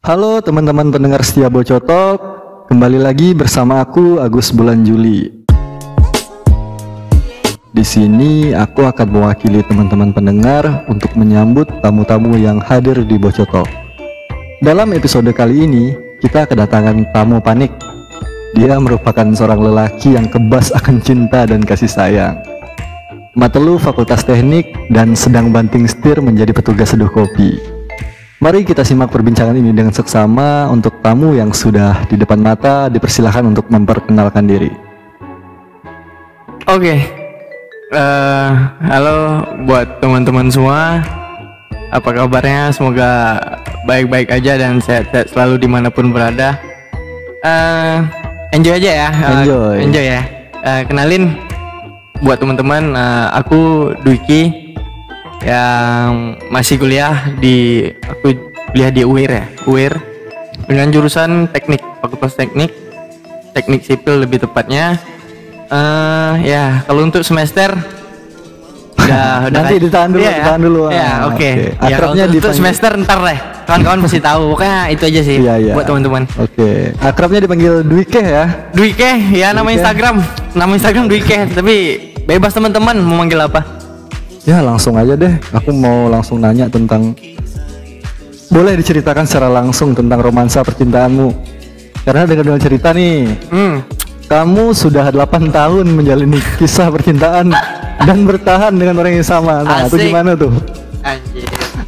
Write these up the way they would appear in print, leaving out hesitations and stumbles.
Halo teman-teman pendengar setia Bocotok, kembali lagi bersama aku Agus Bulan Juli. Di sini aku akan mewakili teman-teman pendengar untuk menyambut tamu-tamu yang hadir di Bocotok. Dalam episode kali ini, kita kedatangan tamu panik. Dia merupakan seorang lelaki yang kebas akan cinta dan kasih sayang. Matelu Fakultas Teknik dan sedang banting setir menjadi petugas seduh kopi. Mari kita simak perbincangan ini dengan seksama. Untuk tamu yang sudah di depan mata, dipersilahkan untuk memperkenalkan diri. Oke, halo buat teman-teman semua. Apa kabarnya? Semoga baik-baik aja dan sehat-sehat selalu dimanapun berada. Enjoy aja ya. Enjoy ya. Kenalin buat teman-teman, aku Dwiki yang masih kuliah di UIR ya, UIR dengan jurusan teknik, Fakultas Teknik Sipil lebih tepatnya. Ya kalau untuk semester udah nanti ditahan dulu. Ya, oke. Ya, kalau untuk semester ntar deh, kawan-kawan pasti tahu. Pokoknya itu aja sih buat teman-teman. Oke. Akrabnya dipanggil Dwike ya? Dwike ya, nama Instagram Dwike, tapi bebas teman-teman mau manggil apa. Ya langsung aja deh, aku mau langsung nanya tentang, boleh diceritakan secara langsung tentang romansa percintaanmu? Karena dengan cerita nih, kamu sudah 8 tahun menjalani kisah percintaan dan bertahan dengan orang yang sama. Nah, itu gimana tuh? Anjir.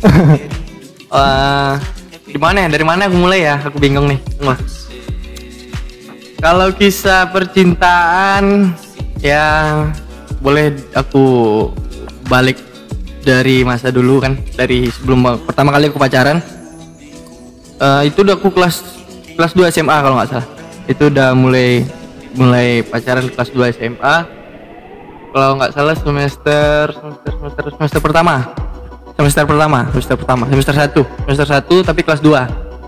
Gimana ya? Dari mana aku mulai ya? Aku bingung nih. Kalau kisah percintaan ya boleh aku balik dari masa dulu kan, dari sebelum pertama kali aku pacaran. Itu udah aku kelas 2 SMA kalau nggak salah. Itu udah mulai pacaran kelas 2 SMA. Kalau nggak salah semester pertama. Semester 1 tapi kelas 2.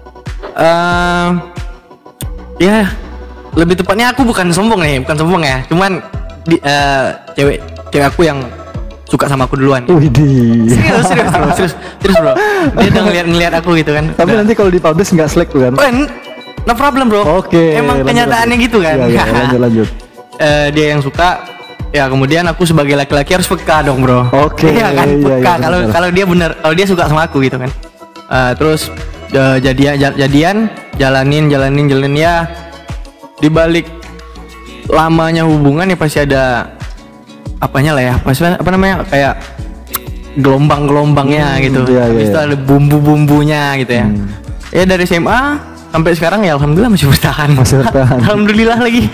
Ya lebih tepatnya aku bukan sombong ya. Cuman cewek aku yang suka sama aku duluan. Serius bro. Dia udah ngeliat aku gitu kan. Tapi nanti kalau dipublish nggak selek tuh kan? No problem bro. Oke. Emang kenyataannya gitu kan. Ya, lanjut. Dia yang suka. Ya kemudian aku sebagai laki-laki harus peka dong bro. Oke. Iya kan, peka. Kalau dia suka sama aku gitu kan. Terus jadian, jalanin ya. Di balik lamanya hubungan ya pasti ada apanya lah ya, kayak gelombang-gelombangnya gitu. Habis itu ada bumbu-bumbunya gitu ya. Ya dari SMA sampai sekarang ya alhamdulillah masih bertahan. Alhamdulillah lagi.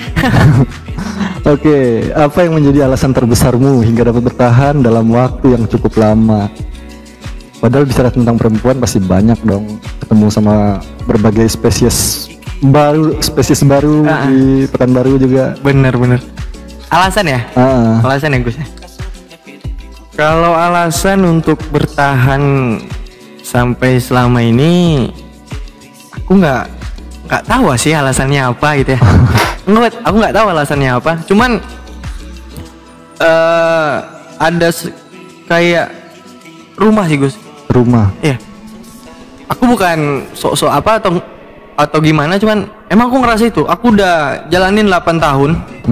Oke, apa yang menjadi alasan terbesarmu hingga dapat bertahan dalam waktu yang cukup lama? Padahal bicara tentang perempuan pasti banyak dong, ketemu sama berbagai spesies baru di Pekanbaru juga. Bener. Alasan ya? Alasan ya Gus. Kalau alasan untuk bertahan sampai selama ini, aku nggak tahu sih alasannya apa gitu ya. Aku nggak tahu alasannya apa. Cuman ada kayak rumah sih Gus. Rumah. Iya. Aku bukan sok-sok apa atau gimana, cuman emang aku ngerasa itu. Aku udah jalanin 8 tahun.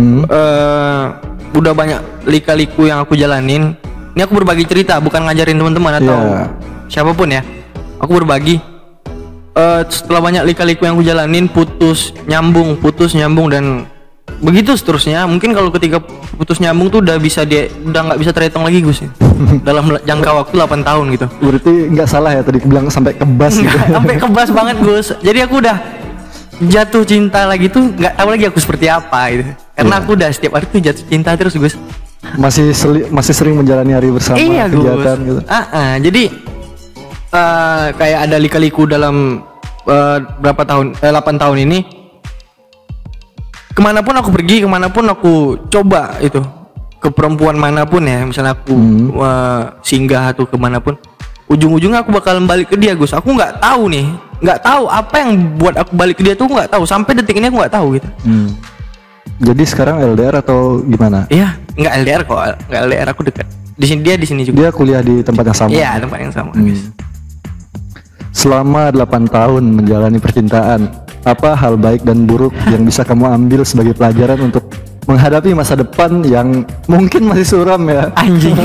Udah banyak lika-liku yang aku jalanin. Ini aku berbagi cerita, bukan ngajarin teman-teman atau siapapun ya. Aku berbagi. Setelah banyak lika-liku yang aku jalanin, putus nyambung dan begitu seterusnya. Mungkin kalau ketika putus nyambung tuh udah nggak bisa terhitung lagi Gus. Dalam jangka waktu 8 tahun gitu. Berarti nggak salah ya tadi bilang sampai kebas gitu. Sampai kebas banget Gus. Jadi aku udah jatuh cinta lagi tuh nggak tahu lagi aku seperti apa gitu. Karena aku udah setiap hari tuh jatuh cinta terus Gus. Masih sering menjalani hari bersama, kegiatan gitu. Jadi kayak ada lika-liku dalam 8 tahun ini. Kemanapun aku pergi, kemanapun aku coba itu, ke perempuan manapun ya, misalnya aku singgah atau kemanapun, ujung-ujungnya aku bakal balik ke dia Gus. Aku nggak tahu apa yang buat aku balik ke dia tuh, nggak tahu, sampai detik ini aku nggak tahu gitu. Jadi sekarang LDR atau gimana? Iya, nggak LDR kok, nggak LDR, aku dekat. Di sini, dia di sini juga. Dia kuliah di tempat yang sama. Iya, tempat yang sama Gus. Selama 8 tahun menjalani percintaan, apa hal baik dan buruk yang bisa kamu ambil sebagai pelajaran untuk menghadapi masa depan yang mungkin masih suram ya? Anjing.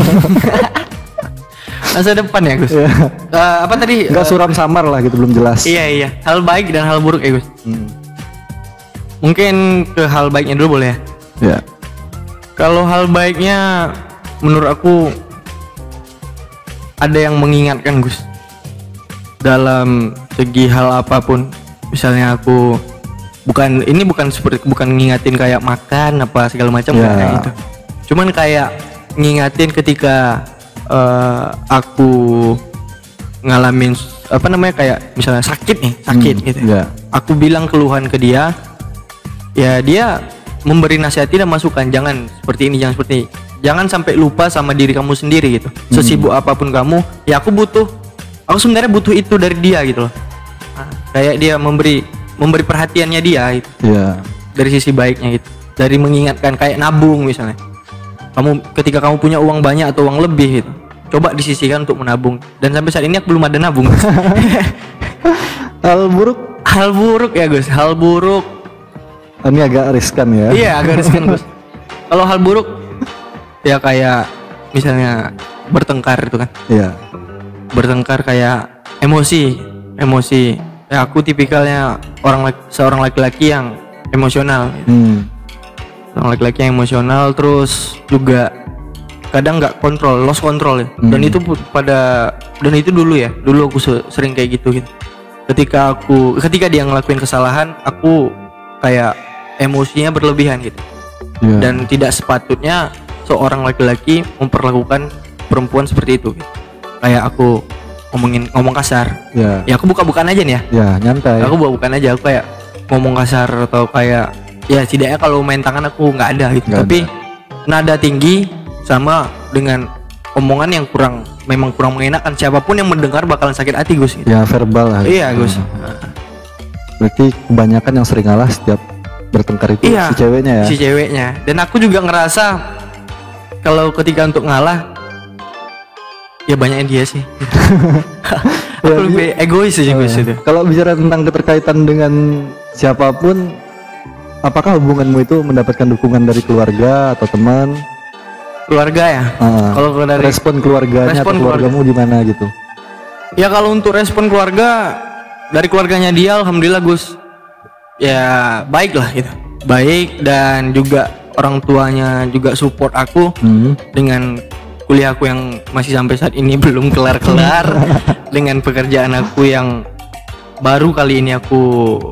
Masa depan ya Gus? Apa tadi? Enggak suram samar lah gitu, belum jelas. Iya. Hal baik dan hal buruk ya Gus. Mungkin ke hal baiknya dulu boleh ya? Ya. Kalau hal baiknya menurut aku ada yang mengingatkan Gus. Dalam segi hal apapun, misalnya aku bukan ngingatin kayak makan apa segala macam kayak itu. Cuman kayak ngingatin ketika aku ngalamin apa namanya kayak misalnya sakit gitu. Aku bilang keluhan ke dia, ya dia memberi nasihat dan masukan, jangan seperti ini, jangan seperti ini. Jangan sampai lupa sama diri kamu sendiri gitu. Sesibuk apapun kamu, ya aku sebenarnya butuh itu dari dia gitu loh. Kayak dia memberi perhatiannya dia gitu. Dari sisi baiknya gitu. Dari mengingatkan kayak nabung misalnya. Ketika kamu punya uang banyak atau uang lebih gitu, coba disisihkan untuk menabung. Dan sampai saat ini aku belum ada nabung. Hal buruk ya Gus. Hal buruk. Ini agak riskan ya. Iya, agak riskan Gus. Kalau hal buruk ya kayak misalnya bertengkar itu kan. Iya. Bertengkar kayak emosi. Ya aku tipikalnya seorang laki-laki yang emosional gitu. Seorang laki-laki yang emosional, terus juga kadang nggak lost control ya. Dan itu dulu aku sering kayak gitu. Ketika dia ngelakuin kesalahan, aku kayak emosinya berlebihan gitu. Dan tidak sepatutnya seorang laki-laki memperlakukan perempuan seperti itu gitu. Kayak aku ngomong kasar, ya aku buka-bukaan aja nih ya, nyantai. Aku buka-bukaan aja, aku kayak ngomong kasar atau kayak ya setidaknya kalau main tangan aku nggak ada gitu. Tapi nada tinggi sama dengan omongan yang memang kurang mengenakan, siapapun yang mendengar bakalan sakit hati Gus gitu. Ya verbal lah. Iya Gus. Berarti kebanyakan yang sering ngalah setiap bertengkar itu si ceweknya. Dan aku juga ngerasa kalau ketika untuk ngalah ya banyaknya dia sih. Aku lebih egois aja Gus itu. Kalau bicara tentang keterkaitan dengan siapapun, apakah hubunganmu itu mendapatkan dukungan dari keluarga atau teman? Keluarga ya. Kalau dari respon keluarganya atau keluargamu gimana gitu? Ya kalau untuk respon keluarga, dari keluarganya dia alhamdulillah Gus, ya baik lah gitu. Baik, dan juga orang tuanya juga support aku dengan kuliahku yang masih sampai saat ini belum kelar-kelar. Dengan pekerjaan aku yang baru kali ini aku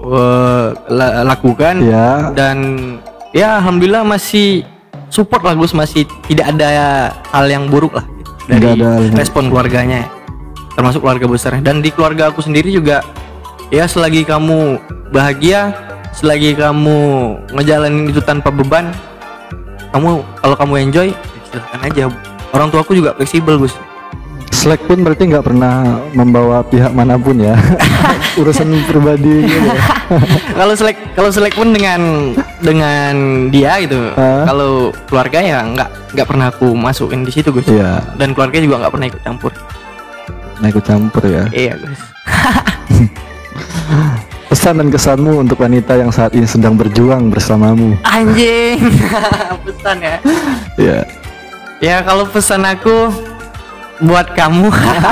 lakukan. Dan ya alhamdulillah masih support lah Gus, masih tidak ada hal yang buruk lah gitu, dari respon keluarganya, termasuk keluarga besar. Dan di keluarga aku sendiri juga ya, selagi kamu bahagia, selagi kamu ngejalanin itu tanpa beban, kalau kamu enjoy, silakan aja. Orang tuaku juga fleksibel Gus. Slack pun berarti nggak pernah membawa pihak manapun ya. Urusan pribadi gitu. Kalau Slack pun dengan dia gitu. Kalau keluarga ya nggak pernah aku masukin di situ Gus. Dan keluarga juga nggak pernah ikut campur. Ya. Iya Gus. Pesan dan kesanmu untuk wanita yang saat ini sedang berjuang bersamamu. Anjing. Pesan ya. Iya. Ya kalau pesan aku buat kamu.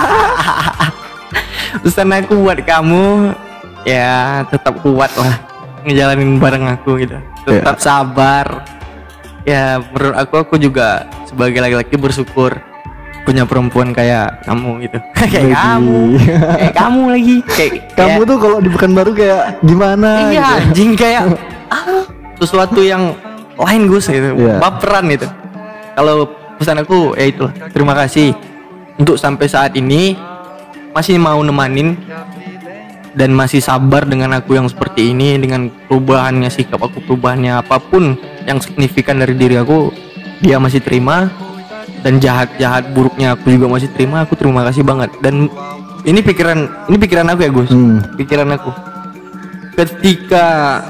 Pesan aku buat kamu, ya tetap kuat lah ngejalanin bareng aku gitu. Tetap sabar. Ya menurut aku juga sebagai laki-laki bersyukur punya perempuan kayak kamu gitu. Kayak kamu lagi. Kamu tuh kalau di Pekanbaru kayak gimana? Iya gitu. Anjing kayak sesuatu yang lain Gus gitu. Baperan gitu. Kalau pesan aku ya itulah, terima kasih untuk sampai saat ini masih mau nemanin dan masih sabar dengan aku yang seperti ini, dengan perubahannya sikap aku, perubahannya apapun yang signifikan dari diri aku, dia masih terima. Dan jahat buruknya aku juga masih terima. Aku terima kasih banget. Dan ini pikiran aku ya Gus. Pikiran aku ketika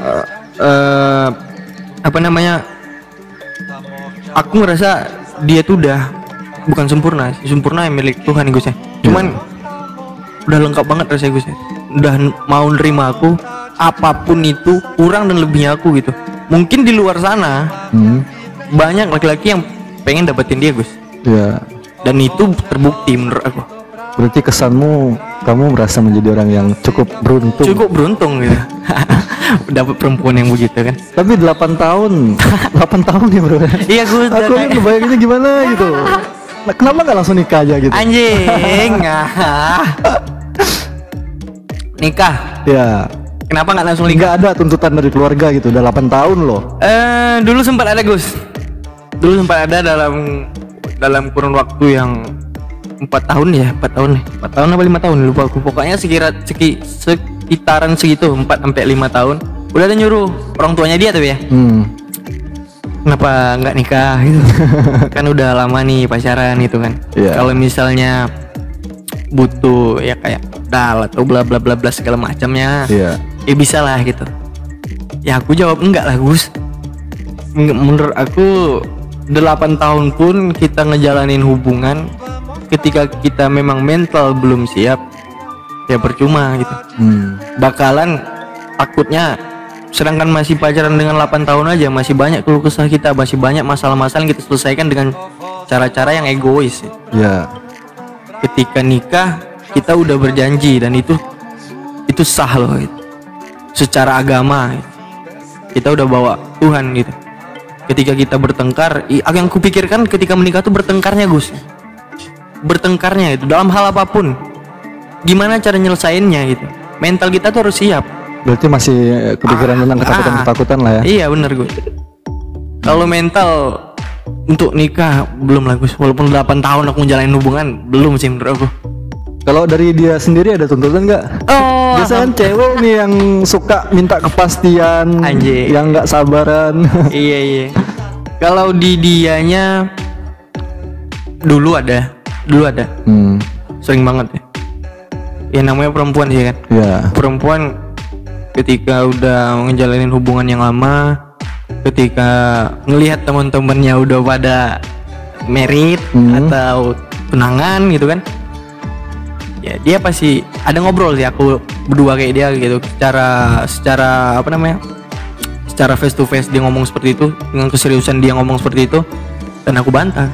aku ngerasa dia tuh udah bukan sempurna yang milik Tuhan Gus ya. Cuman udah lengkap banget rasanya Gus. Udah mau nerima aku apapun itu, kurang dan lebihnya aku gitu. Mungkin di luar sana banyak laki-laki yang pengen dapetin dia Gus. Iya. Dan itu terbukti menurut aku. Berarti kesanmu kamu merasa menjadi orang yang cukup beruntung. Cukup beruntung gitu. Dapat perempuan yang begitu kan. Tapi 8 tahun 8 tahun ya bro. Iya Gus. Aku kebayanginnya gimana gitu. Nah, kenapa gak langsung nikah aja gitu? Anjing. Nikah. Ya. Kenapa nggak langsung nikah? Nggak ada tuntutan dari keluarga gitu. Udah 8 tahun loh. Dulu sempat ada Gus. Dulu sempat ada dalam kurun waktu yang 4 tahun ya, 4 tahun apa 5 tahun lupa aku. Pokoknya sekitaran segitu, 4 sampai 5 tahun. Udah ada nyuruh orang tuanya dia tapi ya. Kenapa nggak nikah gitu? Kan udah lama nih pacaran gitu kan. Yeah. Kalau misalnya butuh ya kayak dal atau bla bla bla bla segala macamnya. Iya. Ya bisa lah gitu. Ya aku jawab enggak lah Gus. Menurut aku 8 tahun pun kita ngejalanin hubungan, ketika kita memang mental belum siap, ya percuma gitu. Bakalan takutnya, sedangkan masih pacaran dengan 8 tahun aja masih banyak keluh kesah kita, masih banyak masalah-masalah yang kita selesaikan dengan cara-cara yang egois. Ya. Ketika nikah kita udah berjanji dan itu sah loh gitu. Secara agama gitu. Kita udah bawa Tuhan gitu. Ketika kita bertengkar, yang kupikirkan ketika menikah tuh bertengkarnya Gus. Bertengkarnya itu dalam hal apapun. Gimana cara nyelesainnya gitu. Mental kita tuh harus siap. Berarti masih kepikiran tentang ketakutan-ketakutan lah ya. Iya bener Gus. Kalau mental untuk nikah belum lah Gus. Walaupun 8 tahun aku menjalani hubungan, belum sih menurut aku. Kalau dari dia sendiri ada tuntutan nggak? Oh, biasanya kan cewek nih yang suka minta kepastian, Anjir. yang nggak sabaran. Iya. Kalau di dianya dulu ada. Sering banget ya. Ya namanya perempuan sih kan. Iya. Perempuan ketika udah ngejalanin hubungan yang lama, ketika ngelihat teman-temannya udah pada married atau tunangan gitu kan, ya dia pasti ada ngobrol sih aku berdua kayak dia gitu, secara apa namanya, secara face to face dia ngomong seperti itu, dengan keseriusan dia ngomong seperti itu, dan aku bantah.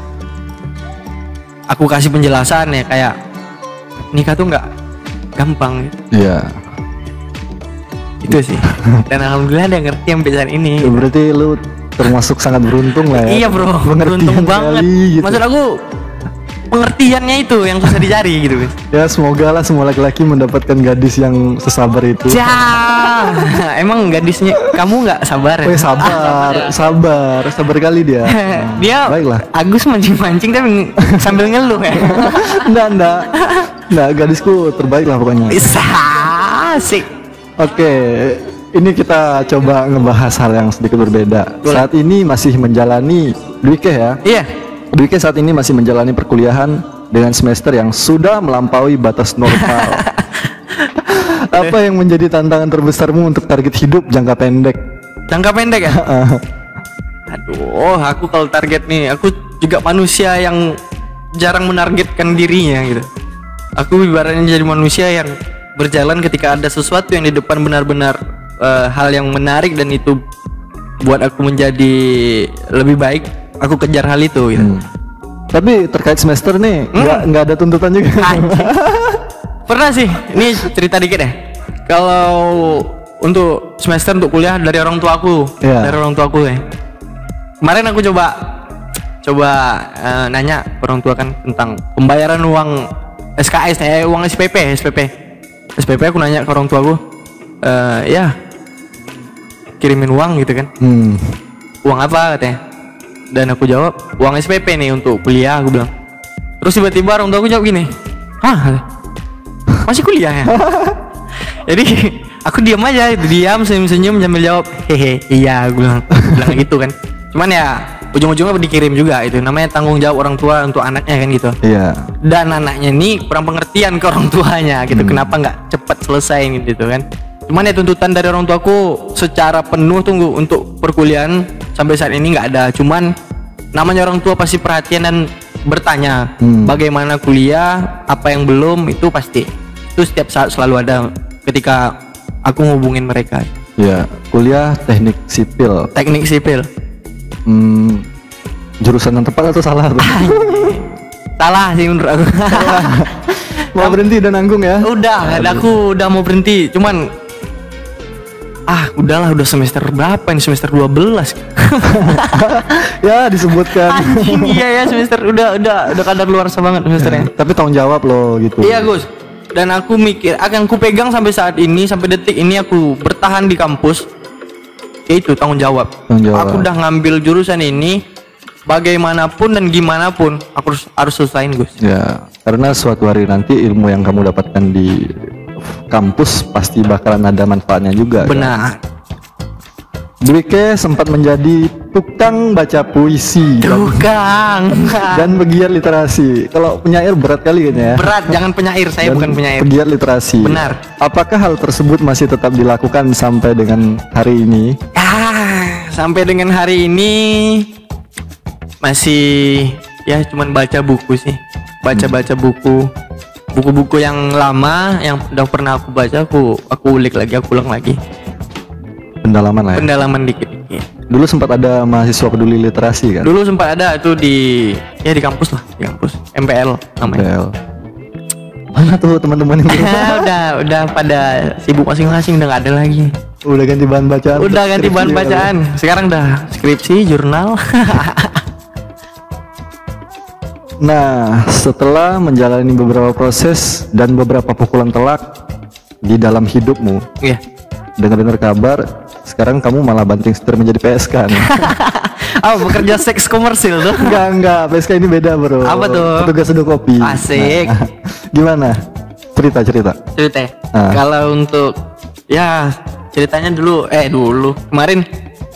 Aku kasih penjelasan ya kayak nikah tuh nggak gampang gitu. Iya. Itu sih. Dan alhamdulillah dia ngerti sampai saat ini. Ya, berarti lu termasuk sangat beruntung lah ya. Iya bro, beruntung banget. Gitu. Maksud aku pengertiannya itu yang susah dicari gitu guys. Ya semoga lah semua laki-laki mendapatkan gadis yang sesabar itu. Emang gadisnya kamu nggak sabar ya? Sabar kali dia. Dia baiklah. Agus mancing-mancing tapi sambil ngeluh ya. Enggak, gadisku terbaik lah pokoknya. Asik. Oke, ini kita coba ngebahas hal yang sedikit berbeda. Boleh. Saat ini masih menjalani Dwike ya. Iya. Dwike saat ini masih menjalani perkuliahan dengan semester yang sudah melampaui batas normal. Apa yang menjadi tantangan terbesarmu untuk target hidup jangka pendek? Jangka pendek ya? Aduh, aku kalau target nih, aku juga manusia yang jarang menargetkan dirinya gitu. Aku ibaratnya jadi manusia yang berjalan ketika ada sesuatu yang di depan benar-benar hal yang menarik dan itu buat aku menjadi lebih baik, aku kejar hal itu gitu. Tapi terkait semester nih nggak ada tuntutan juga. Pernah sih, ini cerita dikit deh. Kalau untuk semester untuk kuliah dari orang tua aku, dari orang tua aku ya. Kemarin aku coba nanya ke orang tua kan tentang pembayaran uang SKS, uang SPP aku nanya ke orang tua aku, ya kirimin uang gitu kan. Uang apa katanya? Dan aku jawab uang SPP nih untuk kuliah, aku bilang. Terus tiba-tiba orang tua aku jawab gini, hah masih kuliah ya? Jadi aku diam aja, senyum-senyum sambil jawab hehe iya, aku bilang gitu kan. Cuman ya ujung-ujungnya dikirim juga, itu namanya tanggung jawab orang tua untuk anaknya kan gitu. Iya. Dan anaknya nih kurang pengertian ke orang tuanya gitu, kenapa nggak cepat selesai gitu kan. Cuman ya tuntutan dari orang tuaku secara penuh tunggu untuk perkuliahan sampai saat ini nggak ada. Cuman namanya orang tua pasti perhatian dan bertanya bagaimana kuliah, apa yang belum, itu pasti. Itu setiap saat selalu ada ketika aku ngubungin mereka. Ya, kuliah teknik sipil. Teknik sipil. Jurusan yang tepat atau salah tuh? Salah sih menurut aku. Mau berhenti dan nanggung ya? Udah, aku udah mau berhenti. Cuman udahlah, udah semester berapa ini? Semester 12. Ya disebutkan. Anjing, iya ya, semester udah kadar luar banget semesternya. Tapi tanggung jawab loh gitu. Iya Gus. Dan aku mikir, akan ku pegang sampai saat ini, sampai detik ini aku bertahan di kampus. Yaitu tanggung jawab. Aku udah ngambil jurusan ini, bagaimanapun dan gimana pun aku harus selesaiin Gus. Ya, karena suatu hari nanti ilmu yang kamu dapatkan di kampus pasti bakalan ada manfaatnya juga. Benar. Kan? Dwike sempat menjadi tukang baca puisi dan pegiat literasi. Kalau penyair berat kali kayaknya ya. Berat, jangan penyair, saya dan bukan penyair. Pegiat literasi. Benar. Apakah hal tersebut masih tetap dilakukan sampai dengan hari ini? Sampai dengan hari ini masih ya cuman baca buku sih. Baca buku-buku yang lama yang udah pernah aku baca, aku ulik lagi, aku ulang lagi. Pendalaman lah ya? Pendalaman dikit-dikit. Dulu sempat ada mahasiswa peduli literasi kan? Dulu sempat ada tuh di kampus lah, di kampus MPL namanya. MPL. Mana tuh teman-teman yang udah pada sibuk masing-masing, udah gak ada lagi. Udah ganti bahan bacaan. Udah ganti bahan bacaan. Sekarang udah skripsi, jurnal. Nah, setelah menjalani beberapa proses dan beberapa pukulan telak di dalam hidupmu, iya. Dengar-dengar kabar sekarang kamu malah banting setir menjadi PSK nih. Bekerja seks komersil tuh? Enggak, PSK ini beda bro. Apa tuh? Petugas seduh kopi. Asik. Nah, gimana? Cerita. Kalau untuk ya ceritanya dulu kemarin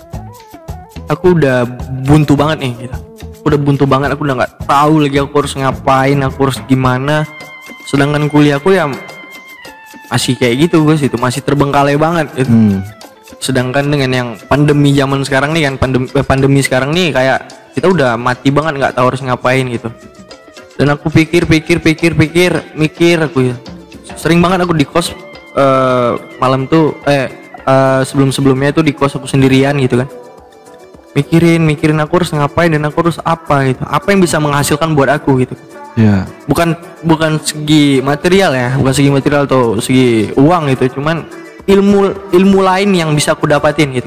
aku udah buntu banget nih gitu. Aku udah nggak tahu lagi aku harus ngapain, aku harus gimana. Sedangkan kuliahku ya masih kayak gitu guys, itu masih terbengkalai banget gitu. Sedangkan dengan yang pandemi zaman sekarang nih kan, pandemi sekarang nih kayak kita udah mati banget, nggak tahu harus ngapain gitu. Dan aku mikir aku ya. Sering banget aku di kos malam tuh sebelumnya tuh di kos aku sendirian gitu kan. Mikirin aku harus ngapain dan aku harus apa gitu. Apa yang bisa menghasilkan buat aku gitu. Iya. Bukan segi material ya, bukan segi material atau segi uang gitu, cuman ilmu lain yang bisa aku dapatin gitu.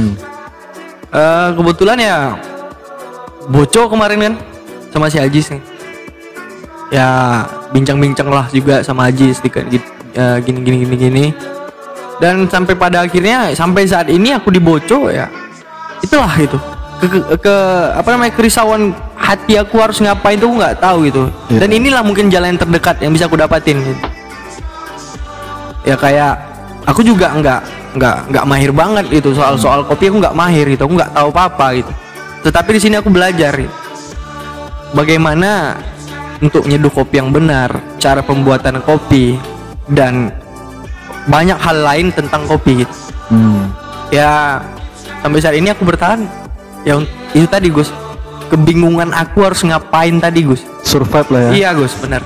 Kebetulan ya Boco kemarin kan sama si Ajis nih. Ya bincang-bincang lah juga sama Ajis gini. Dan sampai pada akhirnya sampai saat ini aku di Boco ya. Itulah itu. Kerisauan hati aku harus ngapain tuh nggak tahu gitu. Dan inilah mungkin jalan yang terdekat yang bisa aku dapatin gitu. Ya kayak aku juga nggak mahir banget gitu soal kopi, aku nggak mahir gitu, aku nggak tahu apa gitu. Tetapi di sini aku belajar gitu. Bagaimana untuk nyeduh kopi yang benar, cara pembuatan kopi dan banyak hal lain tentang kopi gitu. Ya sampai saat ini aku bertahan. Ya itu tadi Gus, kebingungan aku harus ngapain tadi Gus. Survive lah ya. Iya Gus, benar.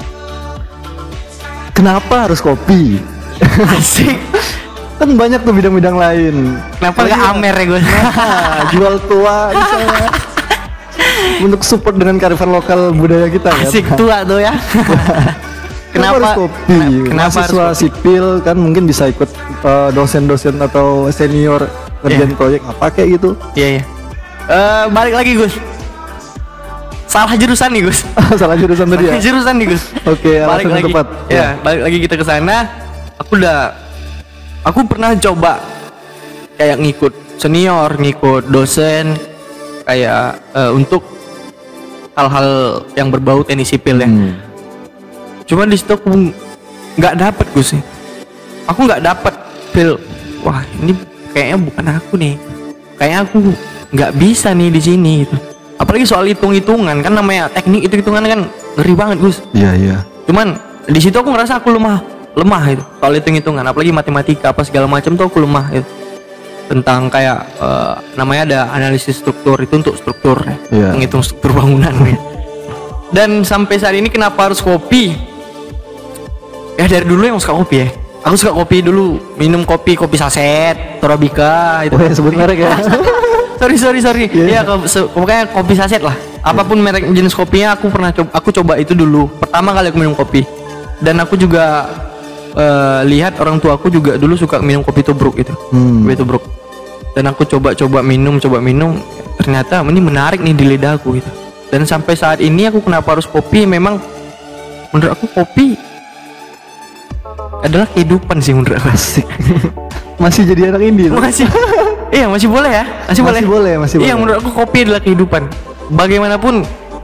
Kenapa harus kopi? Asik. Kan banyak tuh bidang-bidang lain. Kenapa nggak Amer ya Gus? Jual tua misalnya. Untuk support dengan kearifan lokal budaya kita. Asik kan? Tua tuh ya. Kenapa harus kopi? Kenapa mahasiswa sipil kan mungkin bisa ikut dosen-dosen atau senior ngerjain proyek apa kayak gitu. Iya. Balik lagi Gus. Salah jurusan nih Gus. Salah jurusan tadi ya. Jurusan nih Gus. Oke, alasan yang tepat. Ya, balik lagi kita ke sana. Aku pernah coba kayak ngikut senior, ngikut dosen kayak untuk hal-hal yang berbau teknik sipil ya. Cuman di situ aku nggak dapet Gus. Aku nggak dapet feel. Wah, ini kayaknya bukan aku nih. Kayaknya aku nggak bisa nih di sini gitu. Apalagi soal hitung-hitungan kan, namanya teknik hitungan kan ngeri banget Gus. Iya. Cuman di situ aku ngerasa aku lemah itu soal hitung-hitungan, apalagi matematika apa segala macam tuh aku lemah itu. Tentang kayak namanya ada analisis struktur, itu untuk struktur ya. Menghitung struktur bangunan ya. Dan sampai saat ini kenapa harus kopi? Ya dari dulu yang suka kopi ya. Aku suka kopi dulu, minum kopi saset, Torabika itu. Oh ya, sebut merek ya. sorry. Yeah. Iya, pokoknya kopi saset lah. Apapun merek jenis kopinya aku coba itu dulu. Pertama kali aku minum kopi. Dan aku juga lihat orang tua aku juga dulu suka minum kopi tubruk itu. Kopi tubruk. Dan aku coba minum. Ternyata ini menarik nih di lidahku gitu. Dan sampai saat ini aku kenapa harus kopi, memang menurut aku kopi adalah kehidupan sih menurut aku. Asik. Masih jadi anak indie tuh? Masih. Iya, masih boleh ya? Masih boleh. Iya, menurut aku kopi adalah kehidupan. Bagaimanapun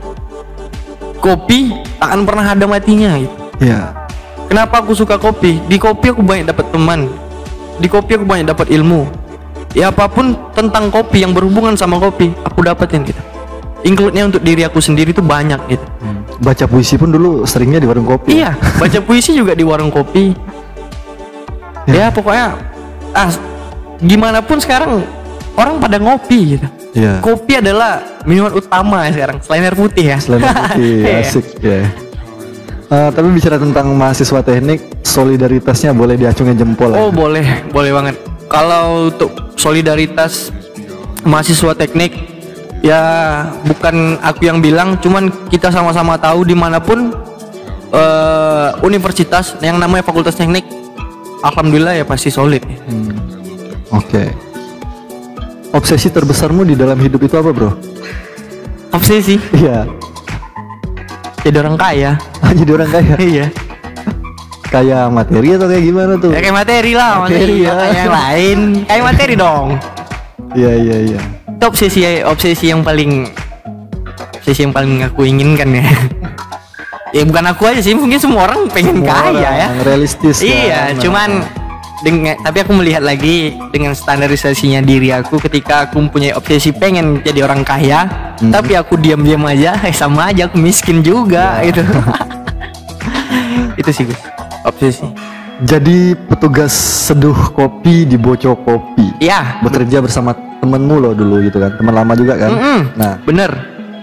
kopi tak akan pernah ada matinya gitu. Iya. Kenapa aku suka kopi? Di kopi aku banyak dapat teman. Di kopi aku banyak dapat ilmu. Ya apapun tentang kopi yang berhubungan sama kopi, aku dapetin gitu. Include-nya untuk diri aku sendiri itu banyak gitu. Baca puisi pun dulu seringnya di warung kopi. Iya, baca puisi juga di warung kopi. Ya pokoknya gimana pun sekarang orang pada ngopi gitu. Iya. Kopi adalah minuman utama ya sekarang, selain air putih ya. Selain air putih, asik ya. Tapi bicara tentang mahasiswa teknik, solidaritasnya boleh diacungin jempol. Oh boleh banget. Kalau untuk solidaritas mahasiswa teknik, ya bukan aku yang bilang, cuman kita sama-sama tahu dimanapun universitas yang namanya fakultas teknik, alhamdulillah ya pasti solid. Oke. Obsesi terbesarmu di dalam hidup itu apa, bro? Obsesi? Iya. Jadi orang kaya. Jadi orang kaya? Iya. Kayak materi atau kayak gimana tuh? Ya kayak materi lah, materi ya. Kayak yang lain, kayak materi dong. Iya. Itu obsesi yang paling aku inginkan ya. Ya bukan aku aja sih, mungkin semua orang pengen semua kaya orang, ya. Realistis. Iya, cuman tapi aku melihat lagi dengan standarisasinya diri aku, ketika aku mempunyai obsesi pengen jadi orang kaya, tapi aku diam-diam aja, sama aja aku miskin juga gitu. Itu sih Gus, obsesi. Jadi petugas seduh kopi di Boco Kopi. Iya. Bekerja bersama temenmu loh dulu gitu kan, teman lama juga kan. Nah, bener.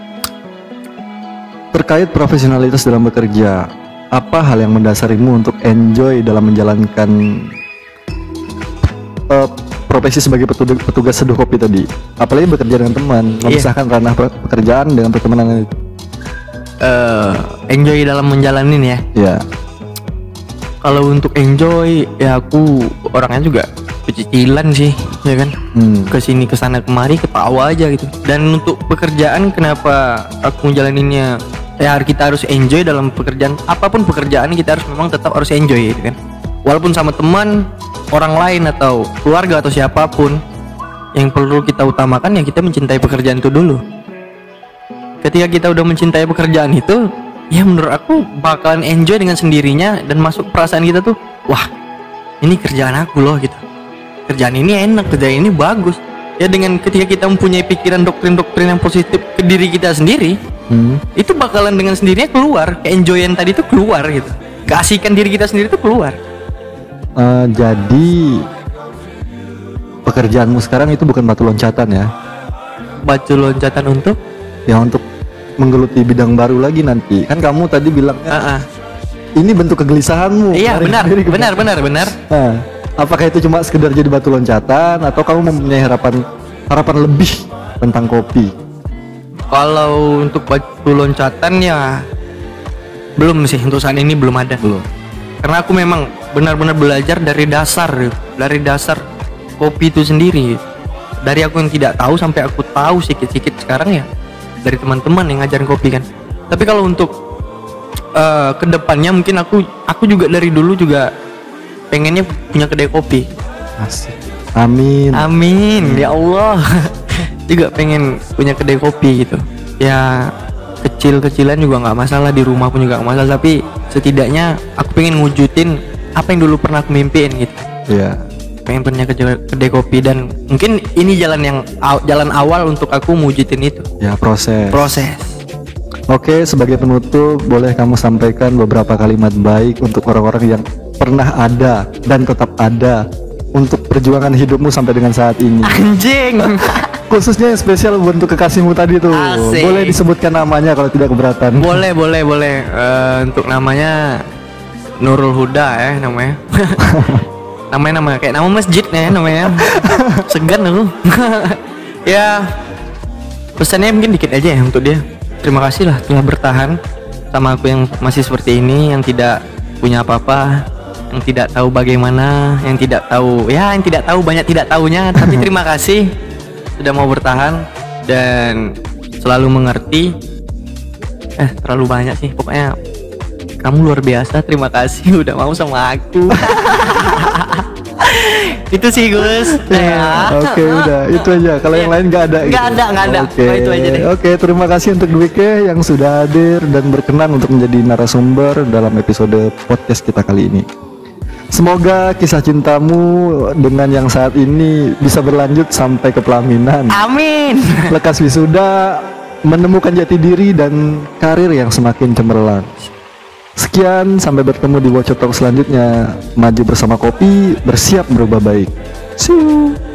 Terkait profesionalitas dalam bekerja, apa hal yang mendasarimu untuk enjoy dalam menjalankan profesi sebagai petugas seduh kopi tadi? Apalagi bekerja dengan teman, memisahkan ranah pekerjaan dengan pertemanan itu. Enjoy dalam menjalanin ya. Iya. Kalau untuk enjoy ya aku orangnya juga pecicilan sih, ya kan. Kesini kesana kemari ketawa aja gitu. Dan untuk pekerjaan, kenapa aku menjalaninnya? Ya kita harus enjoy dalam pekerjaan. Apapun pekerjaan kita harus memang tetap harus enjoy gitu kan. Walaupun sama teman, orang lain atau keluarga atau siapapun, yang perlu kita utamakan ya kita mencintai pekerjaan itu dulu. Ketika kita udah mencintai pekerjaan itu, ya menurut aku bakalan enjoy dengan sendirinya, dan masuk perasaan kita tuh, wah ini kerjaan aku loh gitu. Kerjaan ini enak, kerjaan ini bagus. Ya dengan ketika kita mempunyai pikiran doktrin-doktrin yang positif ke diri kita sendiri, itu bakalan dengan sendirinya keluar, ke-enjoyan tadi itu keluar gitu. Keasikan diri kita sendiri itu keluar. Jadi pekerjaanmu sekarang itu bukan batu loncatan ya? Batu loncatan untuk? Ya untuk menggeluti bidang baru lagi nanti. Kan kamu tadi bilangnya ini bentuk kegelisahanmu. Iya benar. Nah, apakah itu cuma sekedar jadi batu loncatan atau kamu mempunyai harapan lebih tentang kopi? Kalau untuk batu loncatan ya belum sih, untuk saat ini belum ada. Karena aku memang benar-benar belajar dari dasar kopi itu sendiri. Dari aku yang tidak tahu sampai aku tahu sedikit-sedikit sekarang ya dari teman-teman yang ngajarin kopi kan. Tapi kalau untuk kedepannya mungkin aku juga dari dulu juga pengennya punya kedai kopi. Asik. Amin. Ya Allah. Juga pengen punya kedai kopi gitu. Ya kecil-kecilan juga nggak masalah, di rumah pun juga nggak masalah. Tapi setidaknya aku pengen ngwujudin apa yang dulu pernah aku mimpiin gitu. Iya. Pengen punya kedai kopi, dan mungkin ini jalan awal untuk aku mewujudin itu. Ya proses. Oke, sebagai penutup boleh kamu sampaikan beberapa kalimat baik untuk orang-orang yang pernah ada dan tetap ada untuk perjuangan hidupmu sampai dengan saat ini. Anjing. Khususnya yang spesial untuk kekasihmu tadi tuh. Asik. Boleh disebutkan namanya kalau tidak keberatan. Boleh. Untuk namanya Nurul Huda ya namanya. Nama kayak nama masjid ya namanya. Segan aku. Ya pesannya mungkin dikit aja ya untuk dia. Terima kasih lah telah bertahan sama aku yang masih seperti ini, yang tidak punya apa-apa, yang tidak tahu bagaimana, yang tidak tahu banyak tidak tahunya, tapi terima kasih sudah mau bertahan dan selalu mengerti. Terlalu banyak sih pokoknya. Kamu luar biasa, terima kasih udah mau sama aku. Itu sih Gus. Oke, udah itu aja. Kalau yang lain nggak ada. Nggak ada. Itu aja deh. Oke, terima kasih untuk Dwike yang sudah hadir dan berkenan untuk menjadi narasumber dalam episode podcast kita kali ini. Semoga kisah cintamu dengan yang saat ini bisa berlanjut sampai ke pelaminan. Amin. Lekas wisuda, menemukan jati diri dan karir yang semakin cemerlang. Sekian, sampai bertemu di Bocot Talk selanjutnya. Maju bersama kopi, bersiap berubah baik. See you.